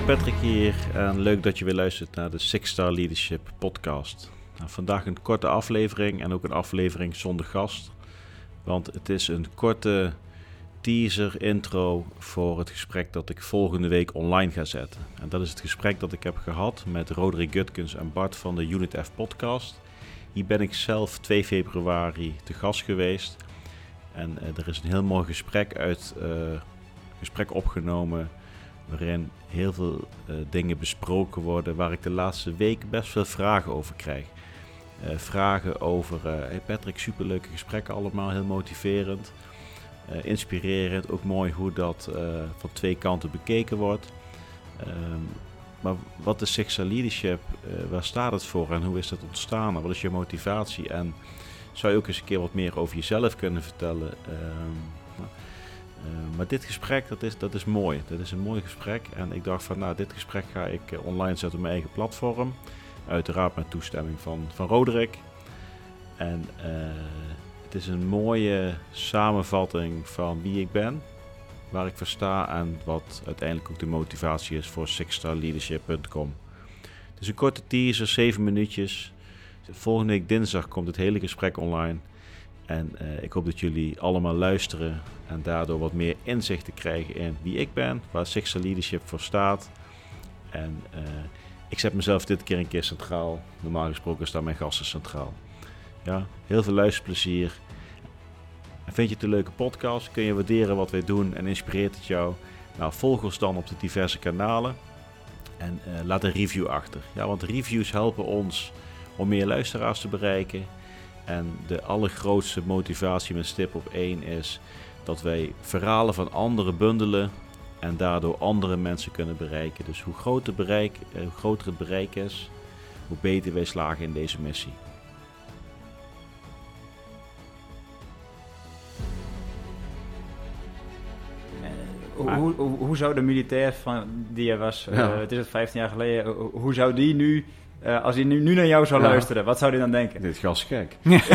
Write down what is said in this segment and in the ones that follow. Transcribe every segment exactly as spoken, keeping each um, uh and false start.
Patrick hier en leuk dat je weer luistert naar de Six Star Leadership podcast. Nou, vandaag een korte aflevering en ook een aflevering zonder gast. Want het is een korte teaser intro voor het gesprek dat ik volgende week online ga zetten. En dat is het gesprek dat ik heb gehad met Roderick Gutkens en Bart van de Unit F podcast. Hier ben ik zelf twee februari te gast geweest. En uh, er is een heel mooi gesprek uit uh, gesprek opgenomen waarin heel veel uh, dingen besproken worden waar ik de laatste week best veel vragen over krijg. Uh, vragen over, uh, hey Patrick, superleuke gesprekken allemaal, heel motiverend, uh, inspirerend, ook mooi hoe dat uh, van twee kanten bekeken wordt. Um, maar wat is Six Star Leadership, uh, waar staat het voor en hoe is dat ontstaan en wat is je motivatie en zou je ook eens een keer wat meer over jezelf kunnen vertellen? Um, Uh, maar dit gesprek, dat is, dat is mooi. Dat is een mooi gesprek. En ik dacht van, nou, dit gesprek ga ik uh, online zetten op mijn eigen platform. Uiteraard met toestemming van, van Roderick. En uh, het is een mooie samenvatting van wie ik ben, waar ik voor sta en wat uiteindelijk ook de motivatie is voor six star leadership punt com. Het is een korte teaser, zeven minuutjes. Volgende week dinsdag komt het hele gesprek online. En uh, ik hoop dat jullie allemaal luisteren en daardoor wat meer inzicht te krijgen in wie ik ben, waar Six Star Leadership voor staat. En uh, ik zet mezelf dit keer een keer centraal. Normaal gesproken staan mijn gasten centraal. Ja, heel veel luisterplezier. En vind je het een leuke podcast? Kun je waarderen wat wij doen en inspireert het jou? Nou, volg ons dan op de diverse kanalen en uh, laat een review achter. Ja, want reviews helpen ons om meer luisteraars te bereiken. En de allergrootste motivatie met stip op één is dat wij verhalen van anderen bundelen en daardoor andere mensen kunnen bereiken. Dus hoe groter, bereik, hoe groter het bereik is, hoe beter wij slagen in deze missie. Uh, hoe, hoe, hoe zou de militair van die je was, ja. uh, het is het vijftien jaar geleden, hoe, hoe zou die nu... Uh, als hij nu, nu naar jou zou ja. luisteren, wat zou hij dan denken? Dit gast gek.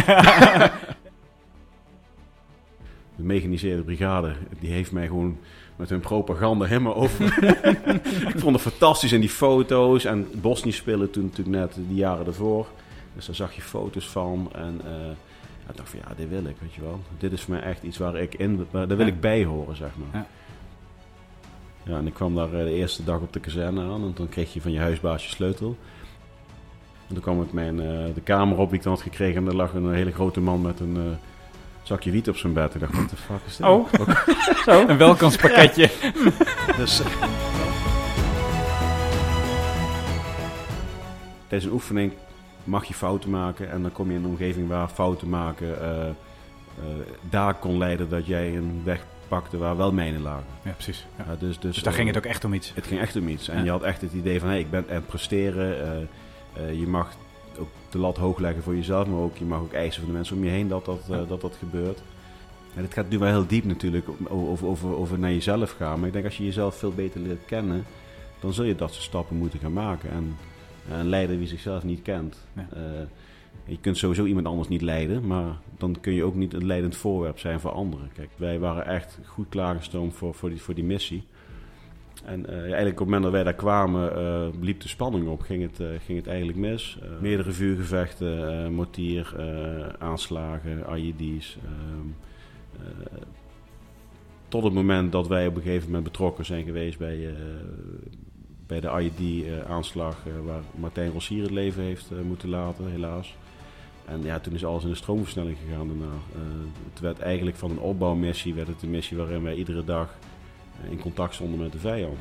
De mechaniseerde brigade, die heeft mij gewoon met hun propaganda helemaal over. Ik vond het fantastisch en die foto's en Bosnië spelen toen natuurlijk net die jaren ervoor. Dus daar zag je foto's van en uh, ik dacht van ja, dit wil ik, weet je wel. Dit is voor mij echt iets waar ik in, daar wil ja. ik bij horen, zeg maar. Ja. Ja, en ik kwam daar de eerste dag op de kazerne aan en dan kreeg je van je huisbaas je sleutel. En toen kwam ik mijn, uh, de kamer op die ik dan had gekregen en er lag een hele grote man met een uh, zakje wiet op zijn bed. Ik dacht, wat de fuck is dit? Oh, zo. Een welkomstpakketje. Ja. Dus, uh, tijdens een oefening mag je fouten maken en dan kom je in een omgeving waar fouten maken uh, uh, daar kon leiden dat jij een weg pakte waar wel mijnen lagen. Ja, precies. Ja. Uh, dus, dus, dus daar uh, ging het ook echt om iets? Het ging echt om iets. En ja. je had echt het idee van, hé, hey, ik ben aan het presteren. Uh, Uh, je mag ook de lat hoog leggen voor jezelf, maar ook, je mag ook eisen van de mensen om je heen dat dat, uh, dat, dat gebeurt. En het gaat nu wel heel diep natuurlijk over, over, over naar jezelf gaan. Maar ik denk als je jezelf veel beter leert kennen, dan zul je dat soort stappen moeten gaan maken. En uh, een leider wie zichzelf niet kent. Ja. Uh, je kunt sowieso iemand anders niet leiden, maar dan kun je ook niet een leidend voorwerp zijn voor anderen. Kijk, wij waren echt goed klaargestoomd voor, voor, die, voor die missie. En uh, eigenlijk op het moment dat wij daar kwamen, uh, liep de spanning op, ging het, uh, ging het eigenlijk mis. Uh, meerdere vuurgevechten, uh, mortier, uh, aanslagen, I E D's. Uh, uh, tot het moment dat wij op een gegeven moment betrokken zijn geweest bij, uh, bij de I E D-aanslag uh, uh, waar Martijn Rossier het leven heeft uh, moeten laten, helaas. En ja, toen is alles in de stroomversnelling gegaan daarna. Uh, het werd eigenlijk van een opbouwmissie, werd het een missie waarin wij iedere dag in contact stonden met de vijand.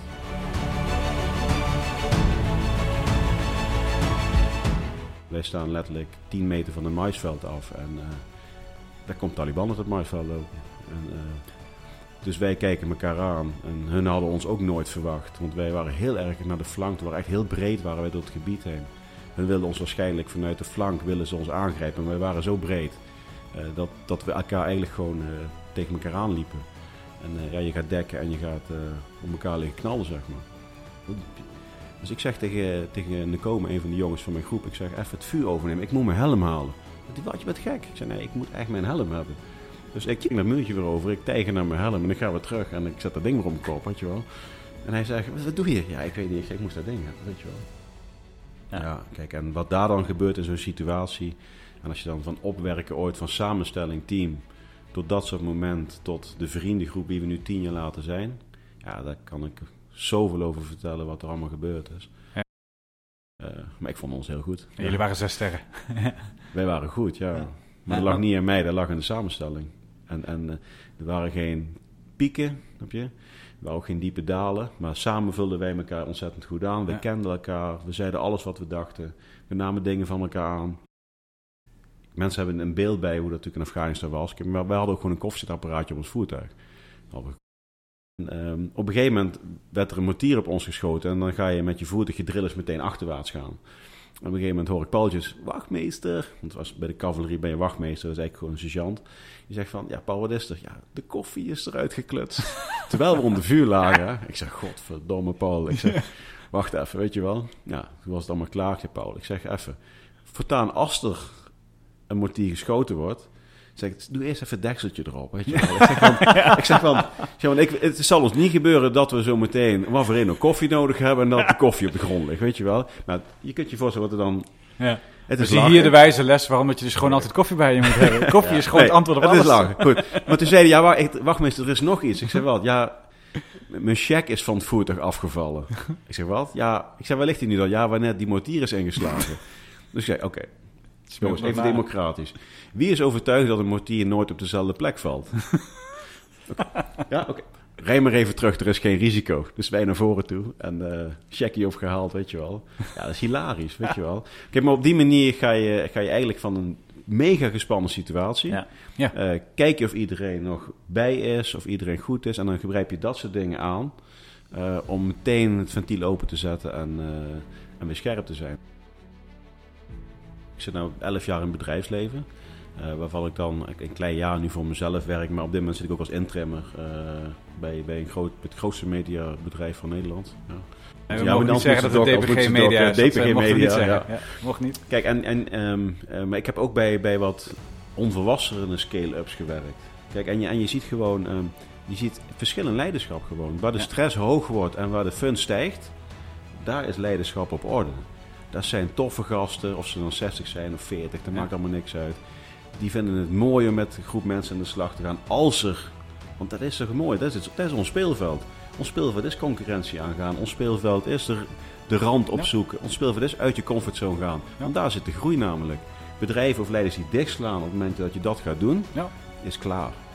Wij staan letterlijk tien meter van een maisveld af en uh, daar komt Taliban uit het maisveld lopen. En, uh, dus wij kijken elkaar aan en hun hadden ons ook nooit verwacht, want wij waren heel erg naar de flank, we waren echt heel breed waren wij door het gebied heen. Hun wilden ons waarschijnlijk vanuit de flank willen ze ons aangrijpen, maar wij waren zo breed uh, dat, dat we elkaar eigenlijk gewoon uh, tegen elkaar aanliepen. En uh, ja, je gaat dekken en je gaat uh, op elkaar liggen knallen, zeg maar. Dus ik zeg tegen, tegen Nicome, een van de jongens van mijn groep, ik zeg even het vuur overnemen, ik moet mijn helm halen. Die wat, je bent gek. Ik zei nee, ik moet echt mijn helm hebben. Dus ik ging dat muurtje weer over, ik tijger naar mijn helm en ik ga weer terug en ik zet dat ding weer om mijn kop, weet je wel. En hij zegt, wat doe je? Ja, ik weet niet, ik moest dat ding hebben, weet je wel. Ja. ja, kijk, en wat daar dan gebeurt in zo'n situatie... en als je dan van opwerken ooit van samenstelling, team... tot dat soort moment, tot de vriendengroep die we nu tien jaar later zijn... ja, daar kan ik zoveel over vertellen wat er allemaal gebeurd is. Ja. Uh, maar ik vond ons heel goed. En jullie waren zes sterren. Wij waren goed, ja. ja. Maar dat lag niet aan mij, dat lag in de samenstelling. En, en uh, er waren geen pieken, snap je? Er waren ook geen diepe dalen. Maar samen vulden wij elkaar ontzettend goed aan. We ja. kenden elkaar, we zeiden alles wat we dachten. We namen dingen van elkaar aan. Mensen hebben een beeld bij hoe dat natuurlijk in Afghanistan was. Maar wij hadden ook gewoon een koffiezetapparaatje op ons voertuig. En, um, op een gegeven moment werd er een mortier op ons geschoten. En dan ga je met je voertuig, je drillers meteen achterwaarts gaan. En op een gegeven moment hoor ik Paultjes, wachtmeester. Want was, bij de cavalerie ben je wachtmeester, dat is eigenlijk gewoon een sergeant. Die zegt van, ja Paul, wat is er? Ja, de koffie is eruit geklutst. Terwijl we onder vuur lagen. Ik zeg, godverdomme Paul. Ik zeg, wacht even, weet je wel. Ja, toen was het allemaal klaar, Paul. Ik zeg, even, voortaan als er een mortier geschoten wordt... zeg, doe eerst even het dekseltje erop, weet je wel. Ik zeg van, ik zeg van, zeg van ik, het zal ons niet gebeuren dat we zo meteen wat voor een nog koffie nodig hebben en dat de koffie op de grond ligt, weet je wel. Maar je kunt je voorstellen wat er dan... Ja. Het is zie hier de wijze les waarom dat je dus gewoon altijd koffie bij je moet hebben. Koffie ja. is gewoon nee, het antwoord op het alles. Het is lachen, goed. Maar toen zei hij, ja, wacht, wachtmeester, er is nog iets. Ik zeg, wat? Ja, mijn cheque is van het voertuig afgevallen. Ik zeg, wat? Ja, ik zeg, waar ligt hij nu dan? Ja, waar net die mortier is ingeslagen. Dus ik zei, oké. Okay. Jongens, even democratisch. Wie is overtuigd dat een mortier nooit op dezelfde plek valt? Okay. Ja, oké. Okay. Rij maar even terug, er is geen risico. Dus wij naar voren toe en uh, checkie opgehaald, weet je wel. Ja, dat is hilarisch, weet je wel. Kijk, maar op die manier ga je, ga je eigenlijk van een mega gespannen situatie... Ja. Ja. Uh, kijk je of iedereen nog bij is, of iedereen goed is... en dan gebruik je dat soort dingen aan... Uh, om meteen het ventiel open te zetten en, uh, en weer scherp te zijn. Ik zit nu elf jaar in het bedrijfsleven, uh, waarvan ik dan een klein jaar nu voor mezelf werk. Maar op dit moment zit ik ook als intrimmer uh, bij, bij een groot, het grootste mediabedrijf van Nederland. Ja. En we ja, mogen niet zeggen dat het D P G Media is. D P G Media, ja. ja. Mocht niet. Kijk, en, en, um, uh, maar ik heb ook bij, bij wat onvolwassene scale-ups gewerkt. Kijk, en je, en je ziet gewoon, um, je ziet verschil in leiderschap gewoon. Waar de ja. stress hoog wordt en waar de fun stijgt, daar is leiderschap op orde. Dat zijn toffe gasten, of ze dan zestig zijn of veertig, dat ja. maakt allemaal niks uit. Die vinden het mooi om met een groep mensen aan de slag te gaan. Als er, want dat is toch mooi, dat is, dat is ons speelveld. Ons speelveld is concurrentie aangaan. Ons speelveld is er de rand opzoeken. Ja. Ons speelveld is uit je comfortzone gaan. Ja. Want daar zit de groei namelijk. Bedrijven of leiders die dichtslaan op het moment dat je dat gaat doen, ja. is klaar.